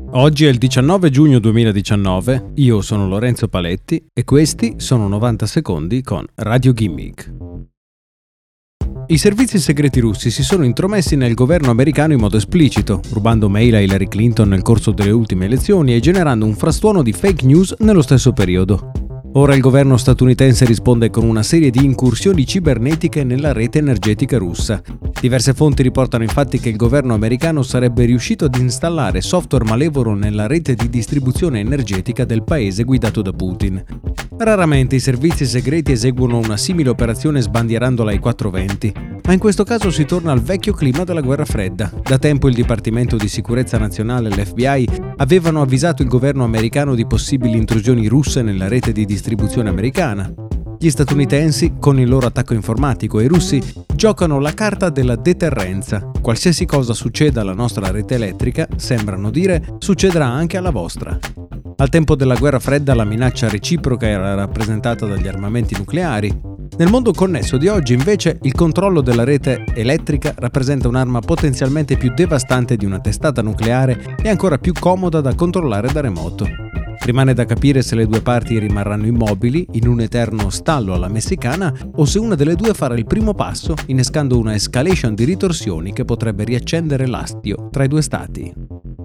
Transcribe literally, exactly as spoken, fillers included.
Oggi è il diciannove giugno duemiladiciannove, io sono Lorenzo Paletti e questi sono novanta secondi con Radio Gimmick. I servizi segreti russi si sono intromessi nel governo americano in modo esplicito, rubando mail a Hillary Clinton nel corso delle ultime elezioni e generando un frastuono di fake news nello stesso periodo. Ora il governo statunitense risponde con una serie di incursioni cibernetiche nella rete energetica russa. Diverse fonti riportano infatti che il governo americano sarebbe riuscito ad installare software malevolo nella rete di distribuzione energetica del paese guidato da Putin. Raramente i servizi segreti eseguono una simile operazione sbandierandola ai quattro venti, ma in questo caso si torna al vecchio clima della guerra fredda. Da tempo il Dipartimento di Sicurezza Nazionale e l'F B I avevano avvisato il governo americano di possibili intrusioni russe nella rete di distribuzione americana. Gli statunitensi, con il loro attacco informatico, e i russi giocano la carta della deterrenza. Qualsiasi cosa succeda alla nostra rete elettrica, sembrano dire, succederà anche alla vostra. Al tempo della guerra fredda la minaccia reciproca era rappresentata dagli armamenti nucleari. Nel mondo connesso di oggi, invece, il controllo della rete elettrica rappresenta un'arma potenzialmente più devastante di una testata nucleare e ancora più comoda da controllare da remoto. Rimane da capire se le due parti rimarranno immobili in un eterno stallo alla messicana o se una delle due farà il primo passo, innescando una escalation di ritorsioni che potrebbe riaccendere l'astio tra i due stati.